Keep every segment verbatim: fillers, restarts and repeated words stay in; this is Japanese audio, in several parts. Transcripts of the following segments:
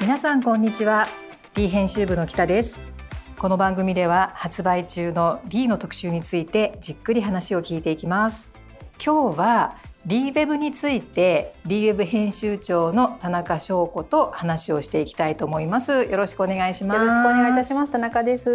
皆さんこんにちは。 D 編集部の北です。この番組では発売中の D の特集についてじっくり話を聞いていきます。今日は D ウェブについて D ウェブ編集長の田中翔子と話をしていきたいと思います。よろしくお願いします。 よろしくお願いいたします。田中です。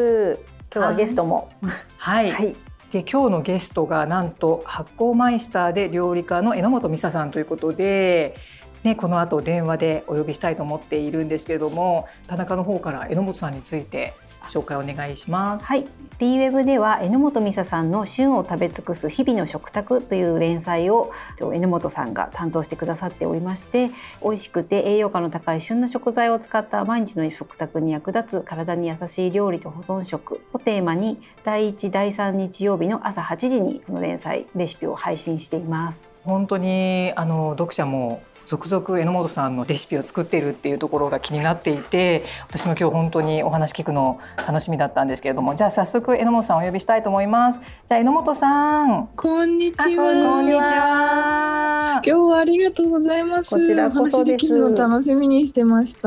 今日はゲストもはい、はい、で今日のゲストがなんと発酵マイスターで料理家の榎本美沙さんということで、ね、この後電話でお呼びしたいと思っているんですけれども、田中の方から榎本さんについて紹介お願いします。 はい、D ウェブでは榎本美沙さんの旬を食べ尽くす日々の食卓という連載を榎本さんが担当してくださっておりまして、美味しくて栄養価の高い旬の食材を使った毎日の食卓に役立つ体に優しい料理と保存食をテーマに、だいいちだいさん日曜日の朝はちじにこの連載レシピを配信しています。 本当にあの読者も続々榎本さんのレシピを作っているっていうところが気になっていて、私も今日本当にお話聞くの楽しみだったんですけれども、じゃあ早速榎本さんをお呼びしたいと思います。じゃあ榎本さん、 こんにちは。 こんにちは。 今日はありがとうございます。 こちらこそです。 お話できるの楽しみにしてました。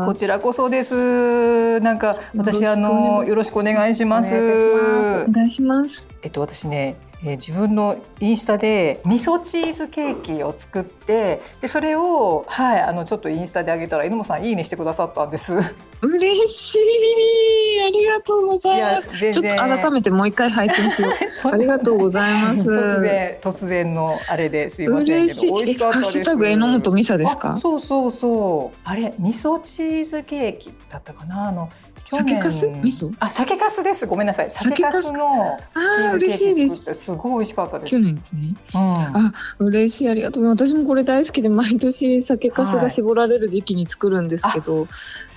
こちらこそです。なんか私あのよろしくお願いします。 お願いします。 えっと私ね、えー、自分のインスタで味噌チーズケーキを作って、でそれを、はい、あのちょっとインスタで上げたら榎本さんいいねしてくださったんです。 嬉しい、ありがとうございます。ちょっと改めてもう一回拝見しよう。ありがとうございます。 突然突然のあれですいませんけど、美味しかったです。 ハッシュタグ榎本美沙ですか？ そうそうそう、あれ味噌チーズケーキだったかな。あの酒粕味噌、 あ、酒粕です。ごめんなさい。酒粕のチーズケーキ作ってすごい美味しかったです。 去年ですね。 うん、あ、 嬉しい、ありがとう。私もこれ大好きで毎年酒粕が絞られる時期に作るんですけど、はい、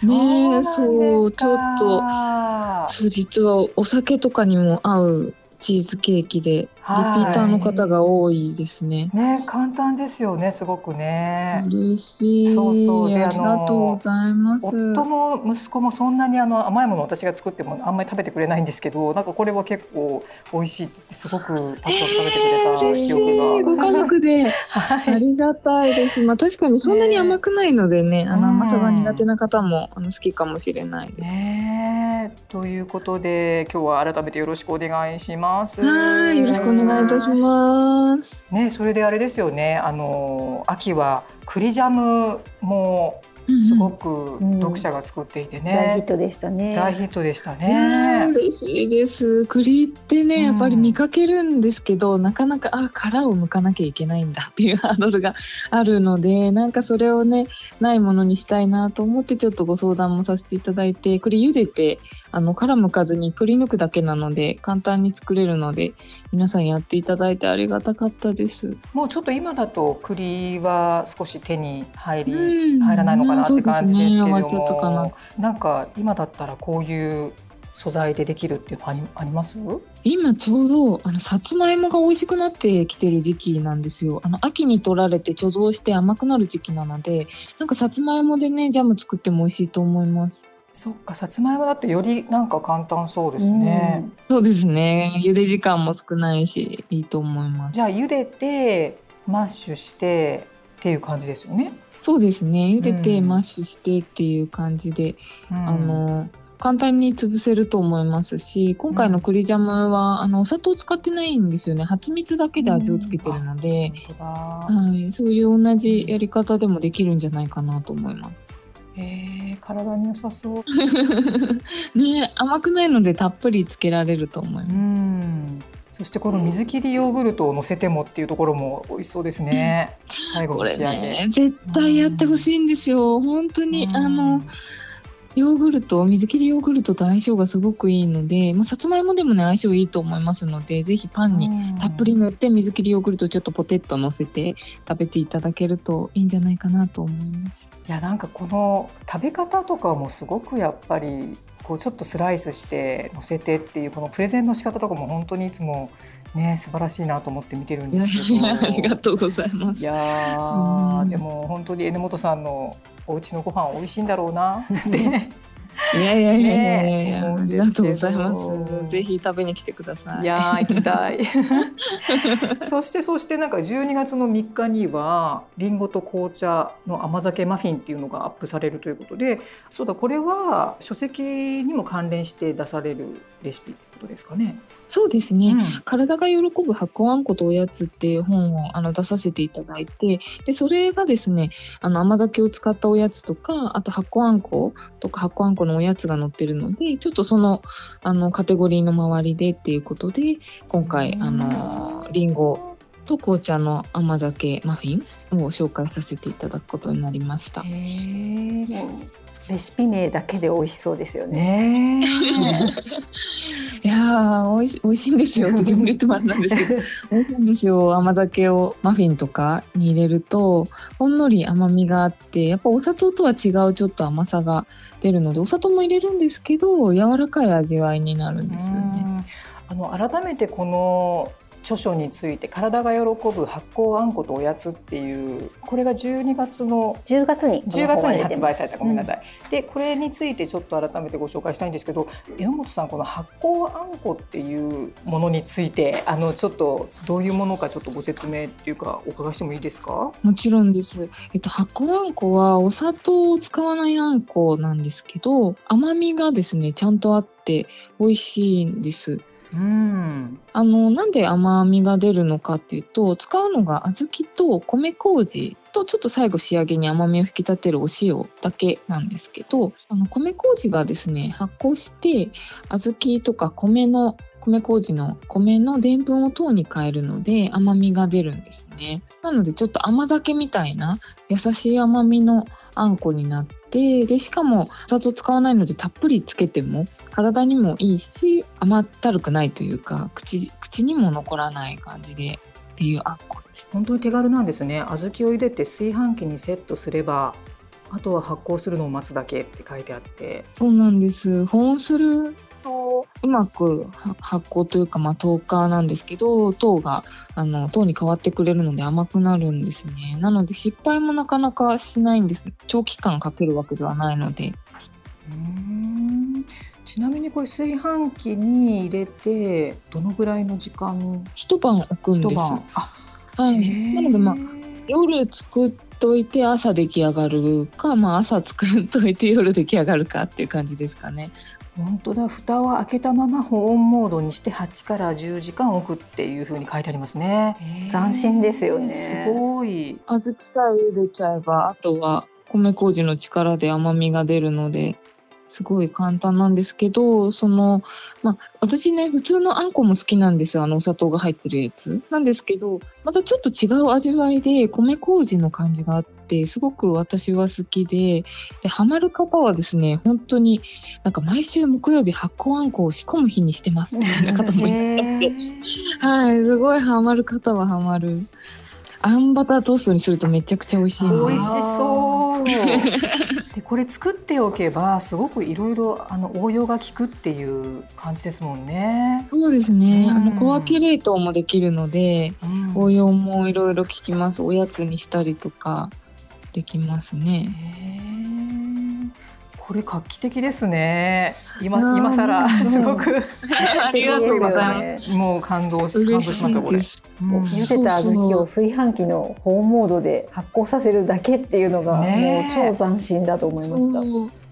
ねえ、そうちょっとそう実はお酒とかにも合うチーズケーキでリピーターの方が多いですね。 ね、簡単ですよね、すごくね。 嬉しい。そうそう、で、ありがとうございます。 夫も息子もそんなにあの甘いものを私が作ってもあんまり食べてくれないんですけど、なんかこれは結構美味しいって言ってすごくたくさん食べてくれた記憶が。 えー、ご家族で、はい、ありがたいです。まあ確かにそんなに甘くないのでね、ね、あの甘さが苦手な方もあの好きかもしれないです。 ね、ということで今日は改めてよろしくお願いします。 はい、よろしくお願いいたします。 ね、それであれですよね。あの秋は栗ジャムもすごく読者が作っていてね、うんうん、 大ヒットでしたね。 大ヒットでしたね。 嬉しいです。栗ってね、やっぱり見かけるんですけど、うん、なかなかあ殻を剥かなきゃいけないんだっていうハードルがあるので、なんかそれをねないものにしたいなと思ってちょっとご相談もさせていただいて、栗茹でてあの殻剥かずにくり抜くだけなので簡単に作れるので、皆さんやっていただいてありがたかったです。 もうちょっと今だと栗は少し手に入り、うん、入らないのかなって感じですけれども、ね、な, なんか今だったらこういう素材でできるっていうの あ, りあります？ 今ちょうどあのさつまいもが美味しくなってきてる時期なんですよ。あの秋に取られて貯蔵して甘くなる時期なので、なんかさつまいもでねジャム作っても美味しいと思います。 そっか、さつまいもだってよりなんか簡単そうですね。 うん、そうですね。茹で時間も少ないしいいと思います。 じゃあ茹でてマッシュしてっていう感じですよね。 そうですね。茹でてマッシュしてっていう感じで、うん、あの簡単に潰せると思いますし、今回の栗ジャムは、うん、あのお砂糖使ってないんですよね。蜂蜜だけで味をつけてるので、うん、はい、そういう同じやり方でもできるんじゃないかなと思います。 えー、体に良さそうね、甘くないのでたっぷりつけられると思います。うん、 そしてこの水切りヨーグルトを乗せてもっていうところも美味しそうですね。最後の仕上げ、 これね、絶対やってほしいんですよ。本当にあのヨーグルト、水切りヨーグルトと相性がすごくいいので、まあ、さつまいもでもね相性いいと思いますので、ぜひパンにたっぷり塗って水切りヨーグルトちょっとポテッと乗せて食べていただけるといいんじゃないかなと思います。 いや、なんかこの食べ方とかもすごくやっぱりこうちょっとスライスして乗せてっていうこのプレゼンの仕方とかも本当にいつもね素晴らしいなと思って見てるんですけど。 いやいや、ありがとうございます。 いやでも本当に榎本さんのお家のご飯美味しいんだろうなっていやいやいやいやいやいや、 ね、 ありがとうございます。ぜひ食べに来てください。 いやー行きたいそしてそしてなんかじゅうにがつのみっかにはリンゴと紅茶の甘酒マフィンっていうのがアップされるということで、そうだ、これは書籍にも関連して出されるレシピってことですかね。 そうですね、 うん、 体が喜ぶ発酵あんことおやつっていう本をあの出させていただいて、でそれがですね、あの甘酒を使ったおやつとか、あと発酵あんことか発酵あんこのおやつが載ってるので、ちょっとそのあのカテゴリーの周りでっていうことで、今回あのリンゴと紅茶の甘酒マフィンを紹介させていただくことになりました。 へー、 レシピ名だけで美味しそうですよね。 ねいやー、美味し、美味しいんですよって自分で言ってもあれなんですけど美味しいんですよ。甘酒をマフィンとかに入れるとほんのり甘みがあって、やっぱお砂糖とは違うちょっと甘さが出るので、お砂糖も入れるんですけど柔らかい味わいになるんですよね。 あの改めてこの著書について、体が喜ぶ発酵あんことおやつっていう、これがじゅうにがつのじゅうがつにじゅうがつに発売された、ごめんなさい、うん、でこれについてちょっと改めてご紹介したいんですけど、榎本さん、この発酵あんこっていうものについて、あのちょっとどういうものかちょっとご説明っていうかお伺いしてもいいですか？ もちろんです、えっと、発酵あんこはお砂糖を使わないあんこなんですけど、甘みがですねちゃんとあって美味しいんです。 うん、 あのなんで甘みが出るのかっていうと、使うのが小豆と米麹と、ちょっと最後仕上げに甘みを引き立てるお塩だけなんですけど、あの米麹がですね発酵して小豆とか米の米麹の米のでんぷんを糖に変えるので甘みが出るんですね。なのでちょっと甘酒みたいな優しい甘みのあんこになって、でしかもお砂糖使わないのでたっぷりつけても体にもいいし、甘ったるくないというか、 口, 口にも残らない感じでっていうあんこです。 本当に手軽なんですね。小豆を入れて炊飯器にセットすれば、あとは発酵するのを待つだけって書いてあって。 そうなんです。保温するとうまく発酵というか、まあ、糖化なんですけど、糖があの糖に変わってくれるので甘くなるんですね。なので失敗もなかなかしないんです。長期間かけるわけではないので。 うーん、ちなみにこれ炊飯器に入れてどのぐらいの時間？ 一晩置くんです。 一晩。あ、 はい。なので、まあ、夜作っといて朝出来上がるか、まあ、朝作っといて夜出来上がるかっていう感じですかね。 本当だ、蓋を開けたまま保温モードにしてはちからじゅうじかん置くっていう風に書いてありますね。 斬新ですよね。 すごい。 小豆さえ茹でちゃえば、あとは米麹の力で甘みが出るので、すごい簡単なんですけど、その、まあ、私ね、普通のあんこも好きなんですよ。あのお砂糖が入ってるやつなんですけど、またちょっと違う味わいで米麹の感じがあって、すごく私は好きで、でハマる方はですね、本当になんか毎週木曜日発酵あんこを仕込む日にしてますみたいな方もいらっしゃってはい、すごいハマる方はハマる。あんバタートーストにするとめちゃくちゃ美味しいの。 美味しそうで、これ作っておけばすごくいろいろ応用が効くっていう感じですもんね。 そうですね、 うん、 あの小分け冷凍もできるので、うん、応用もいろいろ効きます。おやつにしたりとかできますね。 へー、これ画期的ですね。今今更すごくありがとうございます。 もう感動し感動しましたこれ。 うん、茹でた小豆を炊飯器の保温モードで発酵させるだけっていうのがもう超斬新だと思いました。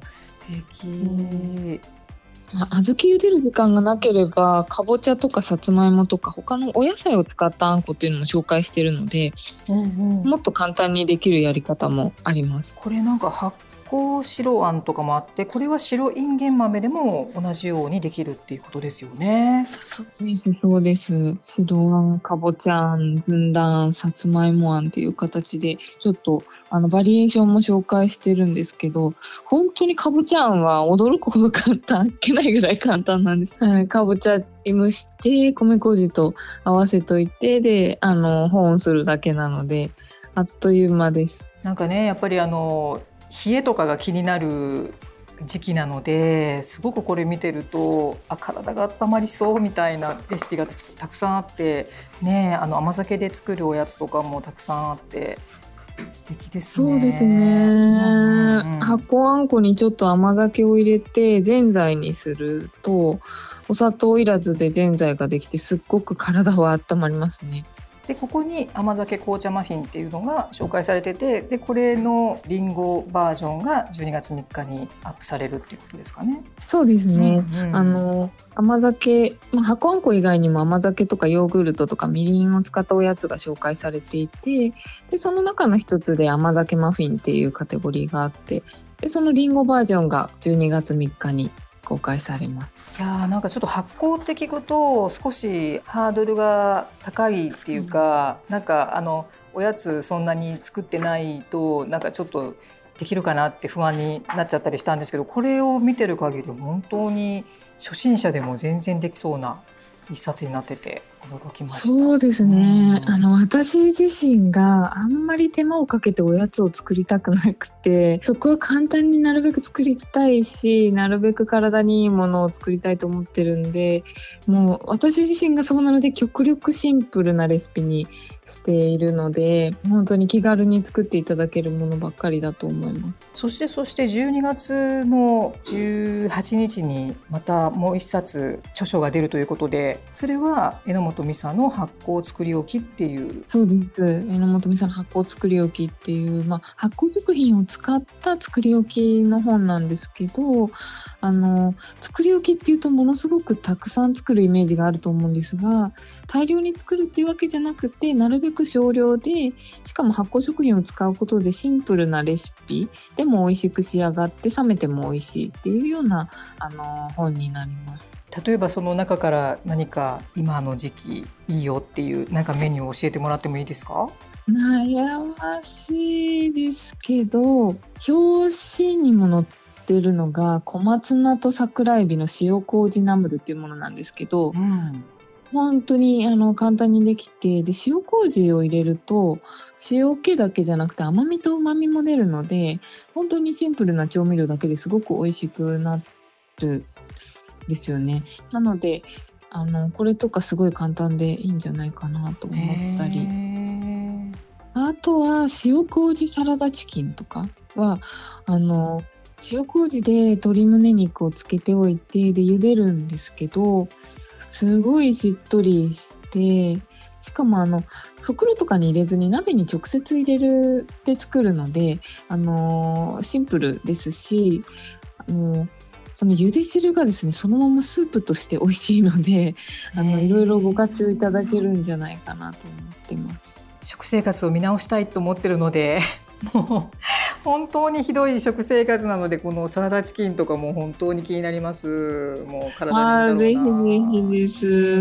素敵。うんまあ、小豆茹でる時間がなければかぼちゃとかさつまいもとか他のお野菜を使ったあんこっていうのも紹介しているので、うんうん、もっと簡単にできるやり方もあります。 これなんか発酵白あんとかもあって、これは白インゲン豆でも同じようにできるっていうことですよね。 そうですそうです。白あん、かぼちゃあん、ずんだあん、さつまいもあんっていう形でちょっとあのバリエーションも紹介してるんですけど、本当にかぼちゃあんは驚くほど簡単、あっけないぐらい簡単なんです。はい、かぼちゃ蒸して米麹と合わせといて、であの保温するだけなのであっという間です。 なんかね、やっぱりあの冷えとかが気になる時期なので、すごくこれ見てるとあ体が温まりそうみたいなレシピがたくさんあってね、あの甘酒で作るおやつとかもたくさんあって素敵ですね。 そうですね、 うんうん、 発酵あんこにちょっと甘酒を入れてぜんざいにするとお砂糖いらずでぜんざいができてすっごく体は温まりますね。 でここに甘酒紅茶マフィンっていうのが紹介されてて、でこれのリンゴバージョンがじゅうにがつみっかにアップされるっていうことですかね。 そうですね、 うんうん、 あの甘酒、まあ、発酵あんこ以外にも甘酒とかヨーグルトとかみりんを使ったおやつが紹介されていて、でその中の一つで甘酒マフィンっていうカテゴリーがあって、でそのリンゴバージョンがじゅうにがつみっかに公開されます。 いやーなんかちょっと発酵って聞くと少しハードルが高いっていうか、うん、なんかあのおやつそんなに作ってないとなんかちょっとできるかなって不安になっちゃったりしたんですけど、これを見てる限り本当に初心者でも全然できそうな一冊になってて驚きました。 そうですね、 うん、 あの私自身があんまり手間をかけておやつを作りたくなくて、そこは簡単になるべく作りたいし、なるべく体にいいものを作りたいと思ってるんで、もう私自身がそうなので極力シンプルなレシピにしているので、本当に気軽に作っていただけるものばっかりだと思います。 そしてそしてじゅうにがつのじゅうはちにちにまたもう一冊著書が出るということで、それは榎本美沙の発酵作り置きっていう。 そうです、榎本美沙の発酵作り置きっていう、まあ、発酵食品を使った作り置きの本なんですけど、あの作り置きっていうとものすごくたくさん作るイメージがあると思うんですが、大量に作るっていうわけじゃなくて、なるべく少量で、しかも発酵食品を使うことでシンプルなレシピでも美味しく仕上がって冷めても美味しいっていうようなあの本になります。 例えばその中から何か今の時期いいよっていうなんかメニューを教えてもらってもいいですか？ 悩ましいですけど、表紙にも載ってるのが小松菜と桜えびの塩麹ナムルっていうものなんですけど、うん、本当にあの簡単にできて、で塩麹を入れると塩気だけじゃなくて甘みと旨みも出るので、本当にシンプルな調味料だけですごく美味しくなるですよね。なのであのこれとかすごい簡単でいいんじゃないかなと思ったり、あとは塩麹サラダチキンとかはあの塩麹で鶏胸肉をつけておいてで茹でるんですけど、すごいしっとりして、しかもあの袋とかに入れずに鍋に直接入れるで作るので、あのシンプルですし、あのその茹で汁がですねそのままスープとして美味しいので、あのいろいろご活用いただけるんじゃないかなと思ってます。 食生活を見直したいと思ってるのでもう本当にひどい食生活なので、このサラダチキンとかも本当に気になります。もう体にいいんだろうな。 ぜひぜひです。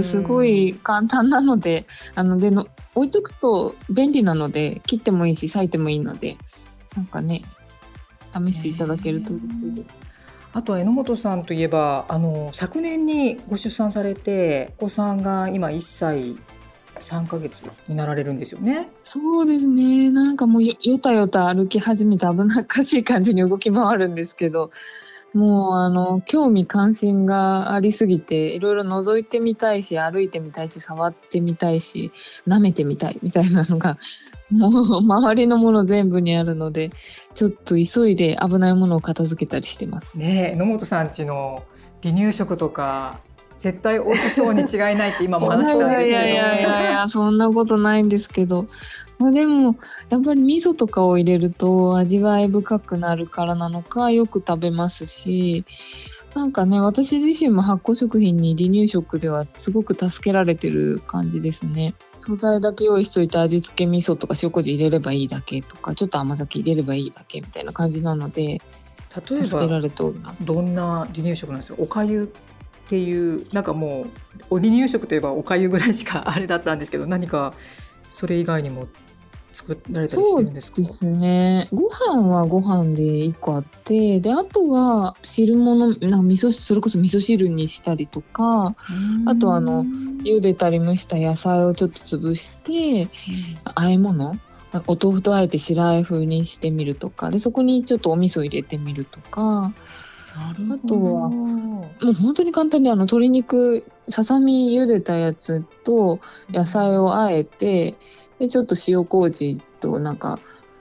すごい簡単なので、あのでの置いとくと便利なので、切ってもいいし裂いてもいいので、なんかね試していただけると嬉しいです。 あとは榎本さんといえばあの昨年にご出産されて、お子さんが今いっさいさんかげつになられるんですよね。 そうですね、なんかもう よ, よたよた歩き始めて危なっかしい感じに動き回るんですけど、もうあの興味関心がありすぎて、いろいろ覗いてみたいし歩いてみたいし触ってみたいし舐めてみたいみたいなのがもう周りのもの全部にあるので、ちょっと急いで危ないものを片付けたりしてますね。榎本さんちの離乳食とか絶対美味しそうに違いないって今も話したんですけどいやいやいやいやそんなことないんですけど、まあ、でもやっぱり味噌とかを入れると味わい深くなるからなのかよく食べますし、なんかね私自身も発酵食品に離乳食ではすごく助けられてる感じですね。素材だけ用意しといて味付け味噌とか塩麹入れればいいだけとか、ちょっと甘酒入れればいいだけみたいな感じなので、 例え助けられております。 どんな離乳食なんですか？おかゆっていう、なんかもう離乳食といえばおかゆぐらいしかあれだったんですけど、何かそれ以外にも作られたりしてるんですか？ そうですね、ご飯はご飯でいっこあって、であとは汁物なんか味噌それこそ味噌汁にしたりとか、あとあの茹でたり蒸した野菜をちょっと潰して和え物、お豆腐とあえて白和え風にしてみるとかで、そこにちょっとお味噌入れてみるとか、 なるほど。 あとはもう本当に簡単にあの鶏肉ささみ茹でたやつと野菜をあえて、でちょっと塩麹となんか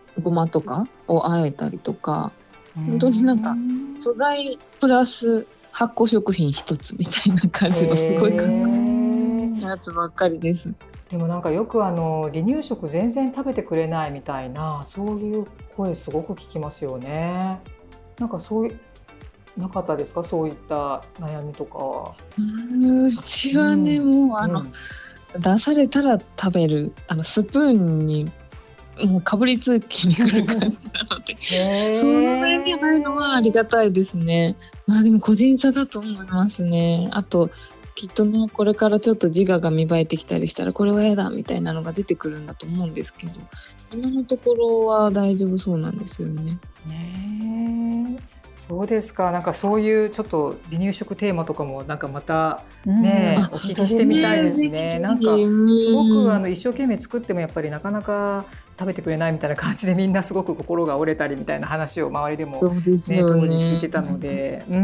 ごまとかをあえたりとか、本当になんか素材プラス発酵食品一つみたいな感じのすごい簡単なやつばっかりです。 でもなんかよくあの離乳食全然食べてくれないみたいな、そういう声すごく聞きますよね。なんかそういうなかったですか、そういった悩みとかは。 うちはね、うん、もうあの、うん、出されたら食べる、あのスプーンにもうかぶりつきに来る感じなのでその悩みがないのはありがたいですね。まあでも個人差だと思いますね。あときっとね、これからちょっと自我が芽生えてきたりしたらこれは嫌だみたいなのが出てくるんだと思うんですけど、今のところは大丈夫そうなんですよね。 ねえ、そうですか。なんかそういうちょっと離乳食テーマとかもなんかまたね、うん、お聞きしてみたいですね。なんかすごくあの一生懸命作ってもやっぱりなかなか食べてくれないみたいな感じで、みんなすごく心が折れたりみたいな話を周りでも、ね、当時聞いてたので、うん、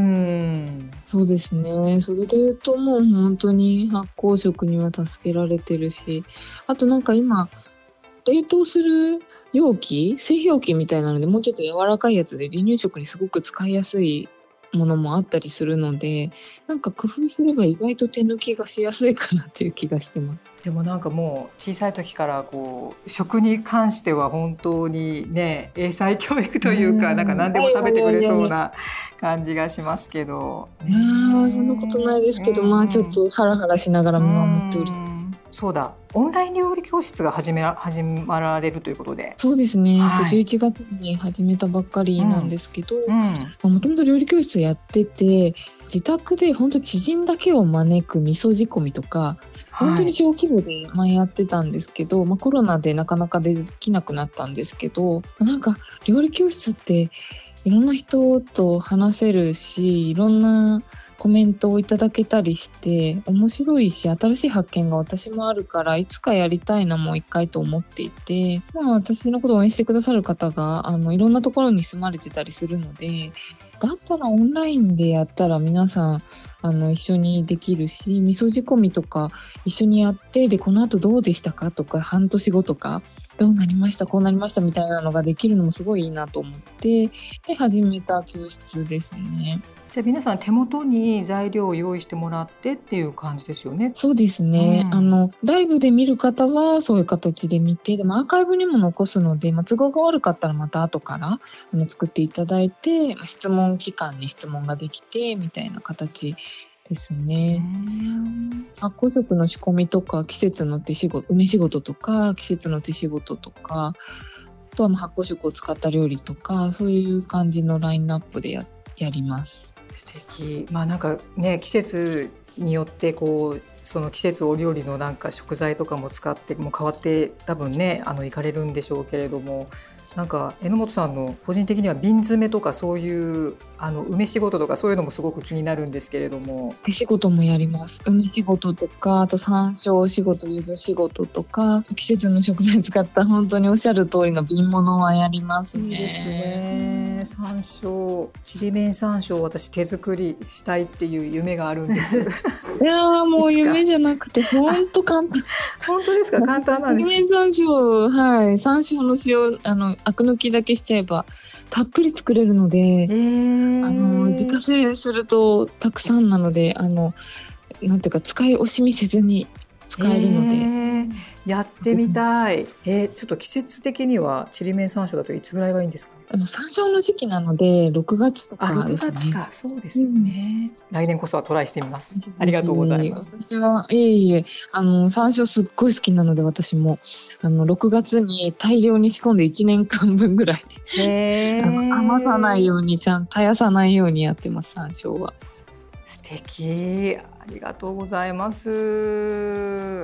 そうですね。それで言うともう本当に発酵食には助けられてるし、あとなんか今冷凍する容器、製氷機みたいなのでもうちょっと柔らかいやつで離乳食にすごく使いやすいものもあったりするので、なんか工夫すれば意外と手抜きがしやすいかなっていう気がしてます。 でもなんかもう小さい時からこう食に関しては本当にね、英才教育というか、なんか何でも食べてくれそうな感じがしますけど、 ね、あそんなことないですけど、まあちょっとハラハラしながら見守っております。 そうだ、オンライン料理教室が始めら、始まられるということで。 そうですね、はい、じゅういちがつに始めたばっかりなんですけど、もともと料理教室やってて、自宅で本当知人だけを招く味噌仕込みとか、はい、本当に小規模で前やってたんですけど、まあ、コロナでなかなかできなくなったんですけど、なんか料理教室っていろんな人と話せるし、いろんなコメントをいただけたりして面白いし、新しい発見が私もあるから、いつかやりたいなもう一回と思っていて、まあ、私のことを応援してくださる方があのいろんなところに住まれてたりするので、だったらオンラインでやったら皆さんあの一緒にできるし、味噌仕込みとか一緒にやって、でこの後どうでしたかとか、半年後とかどうなりましたこうなりましたみたいなのができるのもすごいいいなと思ってで始めた教室ですね。 じゃあ皆さん手元に材料を用意してもらってっていう感じですよね。 そうですね、うん、あのライブで見る方はそういう形で見て、でもアーカイブにも残すので、まあ、都合が悪かったらまた後からあの作っていただいて、まあ、質問期間に質問ができてみたいな形ですね。発酵食の仕込みとか、季節の手仕事、梅仕事とか季節の手仕事とか、あとは発酵食を使った料理とか、そういう感じのラインナップで や, やります。 素敵。まあなんかね、季節によってこうその季節お料理のなんか食材とかも使っても変わって多分ね、あのいかれるんでしょうけれども、なんか榎本さんの個人的には瓶詰めとかそういうあの梅仕事とかそういうのもすごく気になるんですけれども。 手仕事もやります。梅仕事とか、あと山椒仕事、柚子仕事とか、季節の食材使った本当におっしゃる通りの瓶物はやりますね。 いいですね。山椒、ちりめん山椒、私手作りしたいっていう夢があるんですいやもう夢じゃなくて本当簡単本当ですか？簡単なんですか？ ちりめん山椒、はい、山椒の塩、あのアク抜きだけしちゃえばたっぷり作れるので、えー、あの自家製するとたくさんなので、あのなんていうか使い惜しみせずに使えるので、えー、やってみたい。えー、ちょっと季節的にはちりめん山椒だといつぐらいがいいんですかね？ あの山椒の時期なのでろくがつとかですね。あ、ろくがつか、 そうですよね、うん、来年こそはトライしてみます。ありがとうございます。 私はいえいえ、あの山椒すっごい好きなので、私もあのろくがつに大量に仕込んでいちねんかんぶんぐらいへあの余さないように、ちゃんと絶やさないようにやってます。山椒は素敵、ありがとうございます。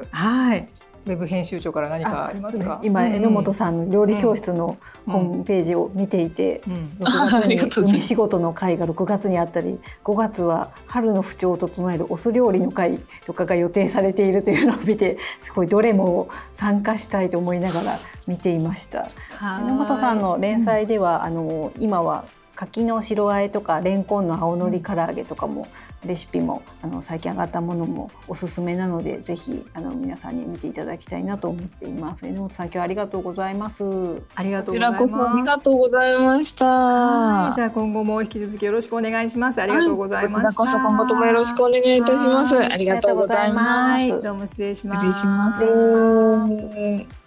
はい、ウェブ編集長から何かありますか？ 今、うん、榎本さんの料理教室のホームページを見ていて、うんうん、ろくがつに梅仕事の会がろくがつにあったり、ごがつは春の不調を整えるお酢料理の会とかが予定されているというのを見て、すごいどれも参加したいと思いながら見ていました。榎本さんの連載では、うん、あの今は柿の白あえとかレンコンの青のり唐揚げとかもレシピもあの最近上がったものもおすすめなので、ぜひあの皆さんに見ていただきたいなと思っています。榎本さん、今日はありがとうございます。 ありがとこちうございます。 らこそありがとうございました。 はい、じゃあ今後も引き続きよろしくお願いします。ありがとうございました。 はい、こちらこそ今後ともよろしくお願いいたします。ありがとうございます。 どうも失礼します。 失礼します。 失礼します。